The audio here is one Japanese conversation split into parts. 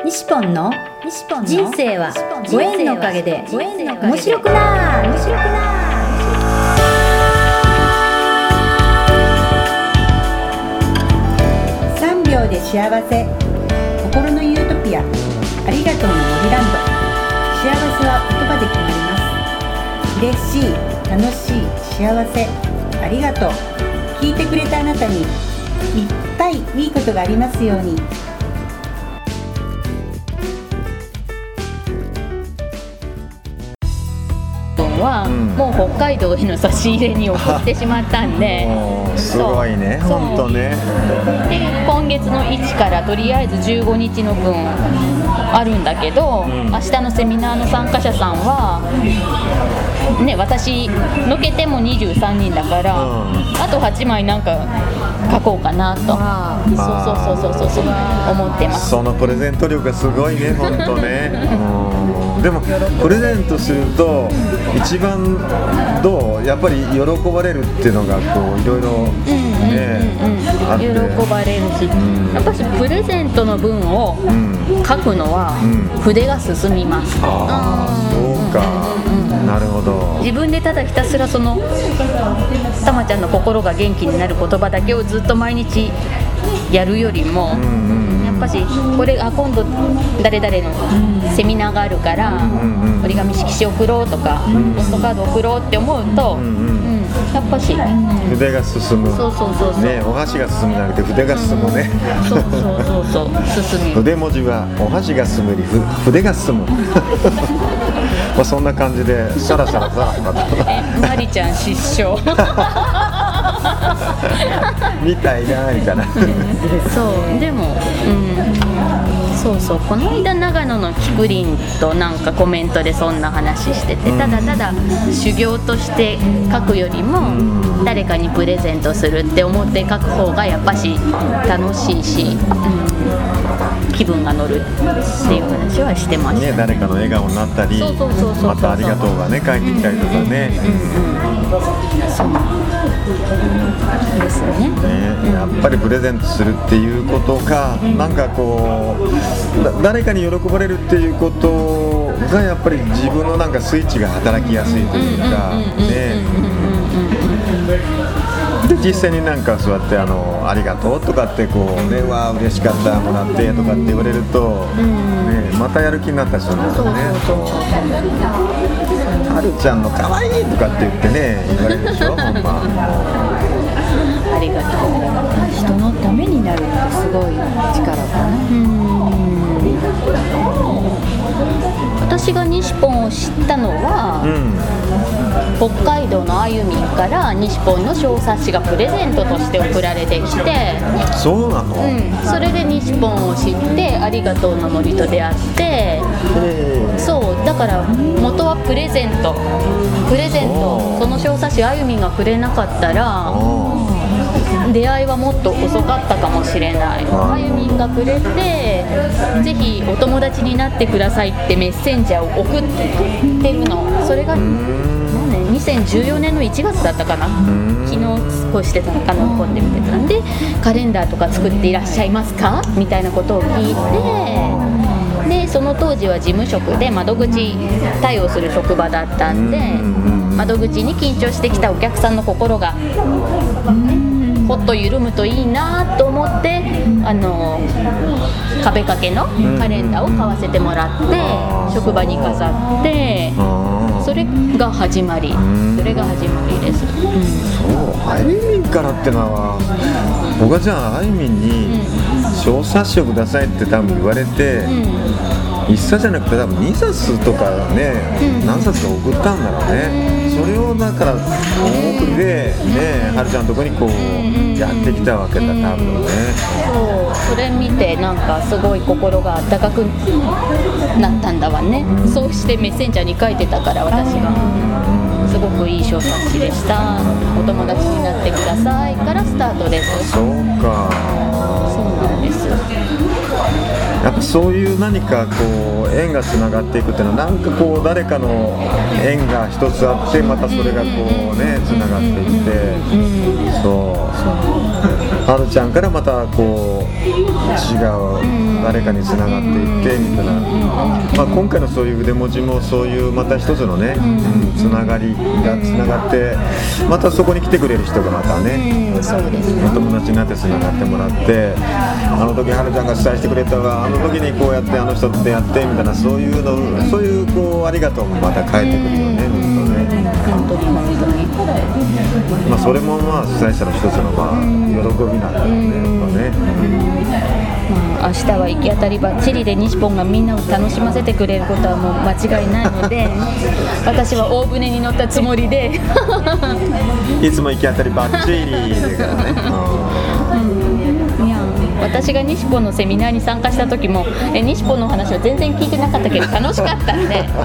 西ポンの人生はご縁のおかげで面白くなー3秒で幸せ、心のユートピア、ありがとうの森ランド。幸せは言葉で決まります。嬉しい、楽しい、幸せ、ありがとう。聞いてくれたあなたにいっぱいいいことがありますように。 はもう北海道への差し入れに送ってしまったんで、 すごいね、本当ね。 で今月の1からとりあえず15日の分あるんだけど、明日のセミナーの参加者さんはね、私のけても23人だから、あと8枚なんか書こうかなと、そう思ってます。 そのプレゼント力がすごいね、本当ね。でもプレゼントすると一番どうやっぱり喜ばれるっていうのがこういろいろねあって、 喜ばれるし、やっぱりプレゼントの文を書くのは筆が進みます。 そうか、なるほど。 自分でただひたすらそのたまちゃんの心が元気になる言葉だけをずっと毎日やるよりも、やっぱしこれ今度誰々のセミナーがあるから折り紙色紙送ろうとか、ポストカード送ろうって思うと、やっぱし筆が進む。そうね、お箸が進むじゃなくて筆が進むね。 そう進む。 筆文字はお箸が進むより筆が進む。まあそんな感じでサラサラマリちゃん失笑みたいなみたいな。 そうでも、そうこの間長野のキクリンとなんかコメントでそんな話してて、ただただ修行として書くよりも誰かにプレゼントするって思って書く方がやっぱし楽しいし、気分が乗るっていう話はしてましたね。 誰かの笑顔になったり、またありがとうがね返ってきたりとかね。 そうですね。 やっぱりプレゼントするっていうことが、なんかこう誰かに喜ばれるっていうことがやっぱり自分のなんかスイッチが働きやすいというかね。で実際になんかそうやってありがとうとかってこうね、わー嬉しかったもらってとかって言われると、ね、またやる気になったりするんですよね。はるちゃんの可愛いとかって言ってね言われるでしょ。ほんまありがとう。 人のためになるってすごい力かな。 私が西ポンを知ったのは、北海道のあゆみんから西ポンの小冊子がプレゼントとして送られてきて、 そうなの？ それで西ポンを知ってありがとうの森と出会って、そうだから元はプレゼントその小冊子あゆみんがくれなかったら出会いはもっと遅かったかもしれない。あゆみんがくれて、ぜひお友達になってくださいってメッセンジャーを送ってるの。それが2014年の1月だったかな。昨日少ししてたかの本で見てたんで、カレンダーとか作っていらっしゃいますかみたいなことを聞いて、でその当時は事務職で窓口対応する職場だったんで、窓口に緊張してきたお客さんの心がほっと緩むといいなと思って、壁掛けのカレンダーを買わせてもらって職場に飾って、それが始まりです。 そうあゆみんからってのは僕はじゃああゆみんに小冊子をくださいって多分言われて、1冊じゃなくて多分2冊とかね、何冊か送ったんだろうね。それをだから大送りでね、はるちゃんのとこにこうやってきたわけだ、多分ね。 それ見てなんかすごい心が温かくなったんだわね。そうしてメッセンジャーに書いてたから、私がすごくいい小冊子でした、お友達になってくださいからスタートです。 そうか。 そうなんです。 やっぱそういう何かこう縁がつながっていくっていうのは、なんかこう誰かの縁が一つあってまたそれがこうねつながっていって、そうはるちゃんからまたこう違う誰かにつながっていってみたいな、まあ、今回のそういう筆文字もそういうまた一つのね、つながりがつながってまたそこに来てくれる人がまたね、 そうですね、 お友達になってつながってもらって、あの時はるちゃんが伝えしてくれたわ、あの時にこうやってあの人ってやってみたいな、そういうこうありがとうもまた返ってくるよね、 本当に本当に、 まあ、それもまあ主催者の一つのまあ喜びなんだよね、 まあ、明日は行き当たりばっちりで西ポンがみんなを楽しませてくれることはもう間違いないので私は大船に乗ったつもりでいつも行き当たりばっちりだからねいや私が西ポンのセミナーに参加した時も西ポンの話は全然聞いてなかったけど楽しかったんで、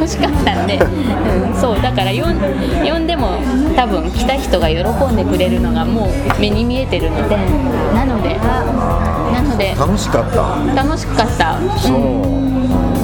そうだから呼んでも多分来た人が喜んでくれるのがもう目に見えてるので、なので楽しかった、そう、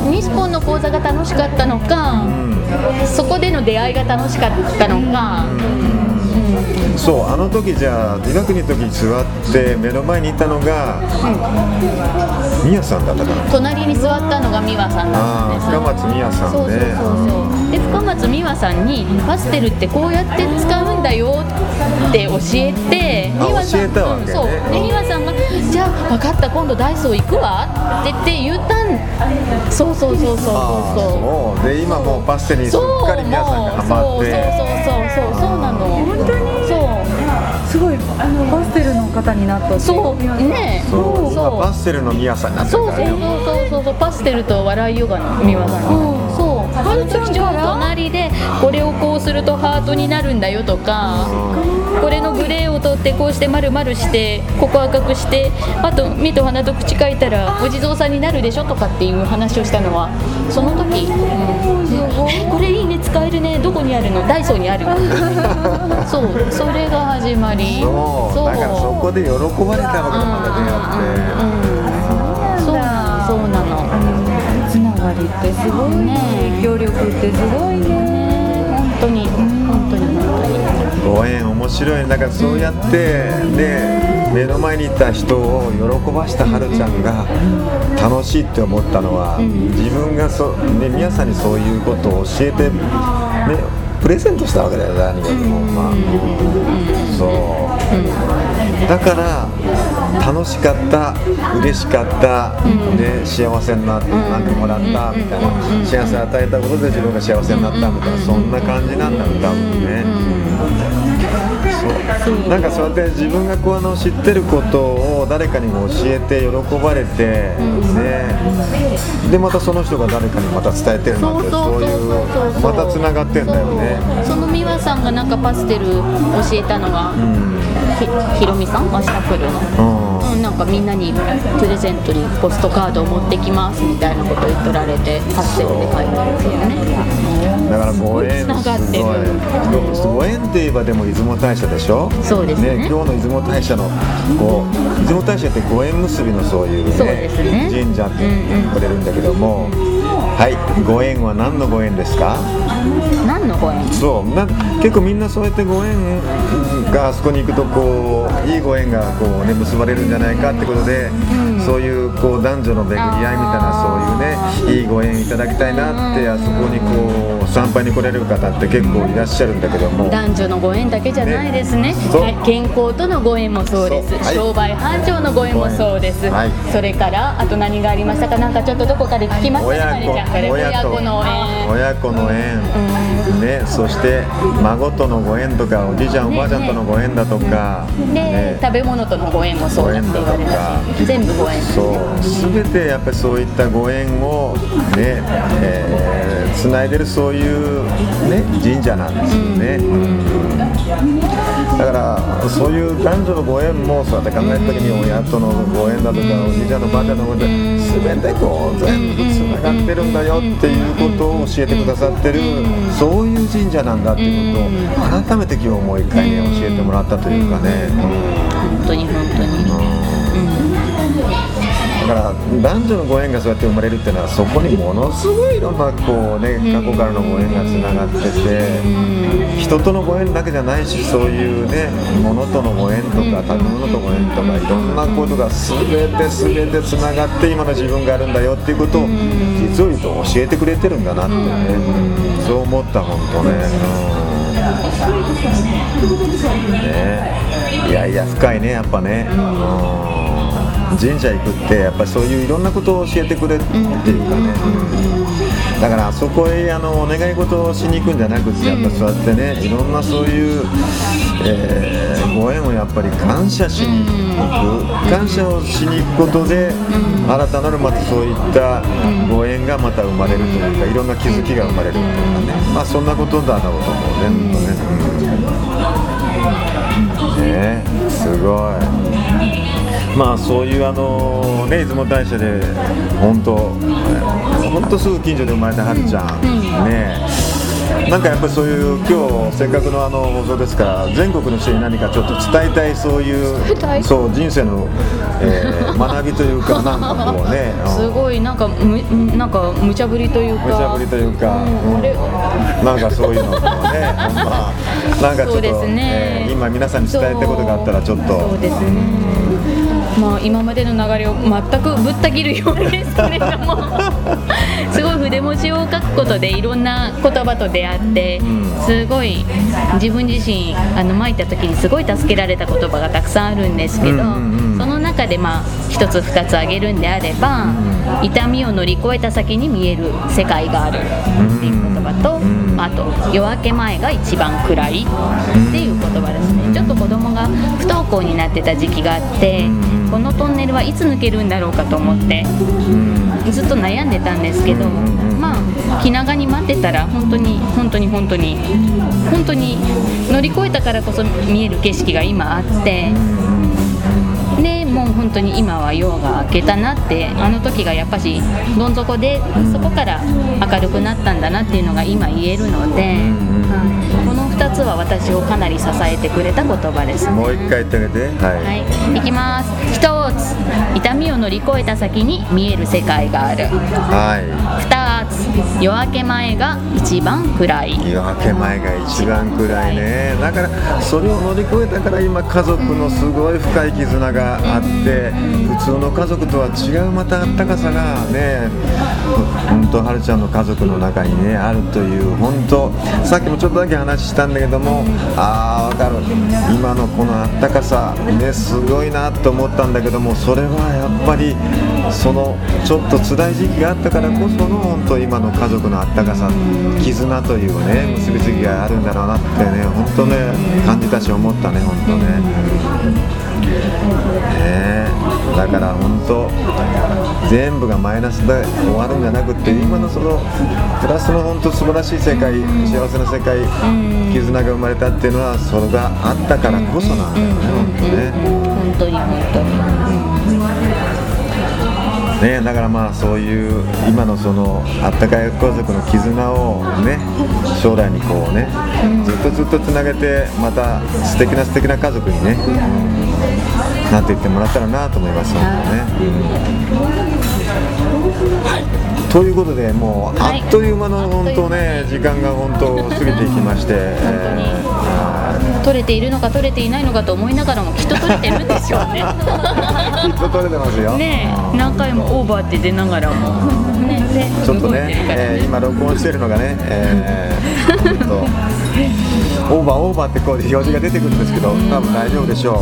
西ポンの講座が楽しかったのか、そこでの出会いが楽しかったのか、 そう、あの時じゃあ医学の時に座って目の前にいたのがみやさんだったかな、 隣に座ったのが美和さんだったんです。 深松美和さんね。 そうで深松美和さんにパステルってこうやって使うんだよって教えて、美和さん教えたわけね。 そうで美和さんがじゃあ分かった今度ダイソー行くわって言ったん。そうで今もうパステルにすっかり美和さんがハマって、 そうなの。 本当にすごいパステルの方になったって。 そうね。 今パステルの美和さんになってるからね。 そうパステルと笑いヨガの美和さんに。はるちゃんが隣でこれをこうするとハートになるんだよとか、これのグレーを取ってこうして丸々してここ赤くして、あと目と鼻と口書いたらお地蔵さんになるでしょとかっていう話をしたのはその時、これいいね使えるね、どこにあるの、ダイソーにあるそうそれが始まり、 そうだからそこで喜ばれたわけだ、まだ出会って、 そうなの。 つながりってすごいね、影響力ってすごいね、 本当にご縁面白い。だからそうやってね、目の前にいた人を喜ばしたはるちゃんが楽しいって思ったのは、自分が皆さんにそういうことを教えてね、プレゼントしたわけだよ、何事も、そうだから楽しかった、嬉しかった、で幸せになってなんかもらったみたいな、幸せを与えたことで自分が幸せになったみたいな、そんな感じなんだろう多分ね。そうなんかそうやって自分がこう知ってることを誰かにも教えて喜ばれて、でまたその人が誰かにまた伝えてるなんて、そういうまたつながってんだよね。 その美和さんがなんかパステル教えたのが、ひろみさん明日来るの、なんかみんなにプレゼントにポストカードを持ってきますみたいなことを言っとられて、パステルで書いてるんですよね。 だからご縁すごい、ご縁って言えばでも出雲大社でしょ。 そうですね。 今日の出雲大社の出雲大社ってご縁結びのそういうね、神社って言われるんだけども、はい、ご縁は何のご縁ですか？ 何のご縁？ そう結構みんなそうやってご縁があそこに行くといいご縁が結ばれるんじゃないかってことで、そういう男女の巡り合いみたいな、そういうねいいご縁いただきたいなって、あそこに参拝に来れる方って結構いらっしゃるんだけども、 男女のご縁だけじゃないですね。健康とのご縁もそうです。商売繁盛のご縁もそうです。それからあと何がありましたか？なんかちょっとどこかで聞きましたね、まりちゃんから。親子の縁。親子の縁。 ね、そして孫とのご縁とか、おじいちゃんおばあちゃんとのご縁だとか、 食べ物とのご縁もそうだって言われるし、全部ご縁。 そう全てやっぱりそういったご縁をね、つないでるそういうね神社なんですよね。だからそういう男女のご縁もそうやって考えた時に、親とのご縁だとか、おじいちゃんのばあちゃんのご縁で全て全部つながってるんだよっていうことを教えてくださってる、そういう神社なんだっていうことを改めて今日もう一回ね教えてもらったというかね。 本当に。 だから男女のご縁がそうやって生まれるっていうのは、そこにものすごいいろんなこうね、過去からのご縁がつながってて、人とのご縁だけじゃないし、そういうね、物とのご縁とか食べ物とご縁とかいろんなことが全てつながって今の自分があるんだよっていうことを実を言うと教えてくれてるんだなってね、そう思った。本当ね、いやいや深いね、やっぱね。神社行くってやっぱりそういういろんなことを教えてくれっていうかね、だからあそこへお願い事をしに行くんじゃなくて、やっぱそうやってね、いろんなそういう、ご縁をやっぱり感謝しに行く、感謝をしに行くことで、新たなるまたそういったご縁がまた生まれるというか、いろんな気づきが生まれるというかね、まあそんなことだろうと思うね。すごい。まあそういう出雲大社で本当すぐ近所で生まれたはるちゃん、ね、なんかやっぱりそういう今日せっかくの放送ですから、全国の人に何かちょっと伝えたい、そういうそう人生の、学びというか、なんかこうねすごいなんか無茶ぶりというか、 なんかそういうのとかね、なんかちょっと、今皆さんに伝えたいことがあったらちょっと。 そうですね、まあ、今までの流れを全くぶった切るようですけれどもすごい筆文字を書くことでいろんな言葉と出会って、すごい自分自身参った時にすごい助けられた言葉がたくさんあるんですけど、その中でまあ一つ二つ挙げるんであれば、痛みを乗り越えた先に見える世界があるっていう言葉と、あと夜明け前が一番暗いっていう言葉ですね。ちょっと子供が不登校になってた時期があって、このトンネルはいつ抜けるんだろうかと思ってずっと悩んでたんですけど、まあ気長に待ってたら本当に乗り越えたからこそ見える景色が今あって、でもう本当に今は夜が明けたなって、あの時がやっぱしどん底でそこから明るくなったんだなっていうのが今言えるので、この2つは私をかなり支えてくれた言葉です、ね。 もう一回言ってあげて。 いきます。1つ、痛みを乗り越えた先に見える世界がある。2つ、夜明け前が一番暗い。 夜明け前が一番暗いね。だからそれを乗り越えたから今家族のすごい深い絆があって、普通の家族とは違うまたあったかさがね、本当はるちゃんの家族の中にねあるという、本当さっきもちょっとだけ話したんだけども、分かる、今のこのあったかさね、すごいなと思ったんだけども、それはやっぱりそのちょっと辛い時期があったからこその本当今の家族のあったかさ、絆というね結びつきがあるんだろうなってね、本当ね感じたし思ったね、本当ね。だから本当全部がマイナスで終わるんじゃなくて、今のそのプラスの本当素晴らしい世界、幸せな世界、絆が生まれたっていうのはそれがあったからこそなんだよね、 本当にね、だからまあそういう今のそのあったかい家族の絆をね、将来にこうね、ずっとつなげて、また素敵な家族にね、なっていってもらったらなと思いますのでね。ということで、もうあっという間の本当ね、時間が本当過ぎていきまして、 取れているのか取れていないのかと思いながらもきっと取れてるんでしょうね。 きっと取れてますよ。 何回もオーバーって出ながらも、 ちょっとね、今録音してるのがね、オーバーってこう表示が出てくるんですけど、多分大丈夫でしょう。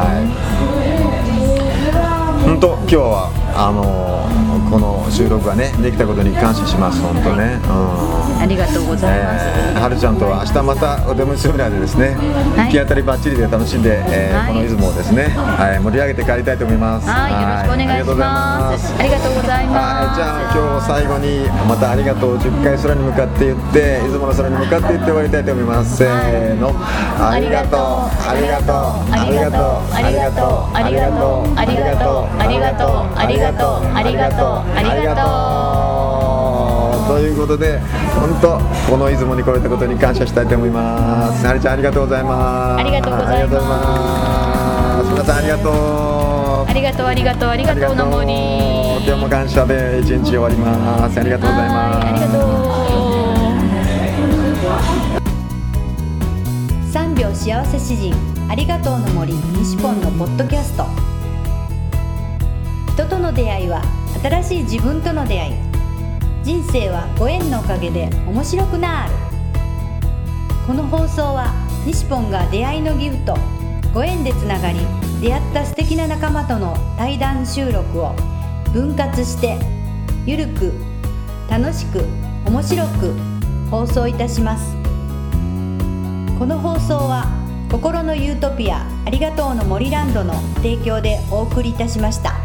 本当今日はこの収録がねできたことに感謝します。本当ね、 ありがとうございます。 はるちゃんとは明日またお出迎えセミナーでですね、行き当たりばっちりで楽しんで、この出雲をですね、盛り上げて帰りたいと思います。 よろしくお願いします。ありがとうございます。 じゃあ今日最後にまたありがとう10回空に向かって言って、出雲の空に向かって言って終わりたいと思います。せーの、ありがとう、ありがとう、ありがとう、ありがとう、ありがとう、ありがとう、ありがとう、ありがとう、ありがとう、ありがとう。ということで、本当この出雲に来れたことに感謝したいと思います。はるちゃんありがとうございます。 ありがとうございます。 皆さんありがとう。 ありがとうありがとうありがとうの森。 今日も感謝で一日終わります。ありがとうございます。 ありがとう。 3秒幸せ詩人ありがとうの森西ポンのポッドキャスト。人との出会いは新しい自分との出会い。人生はご縁のおかげで面白くなる。この放送は西ポンが出会いのギフト、ご縁でつながり出会った素敵な仲間との対談収録を分割してゆるく楽しく面白く放送いたします。この放送は心のユートピアありがとうの森ランドの提供でお送りいたしました。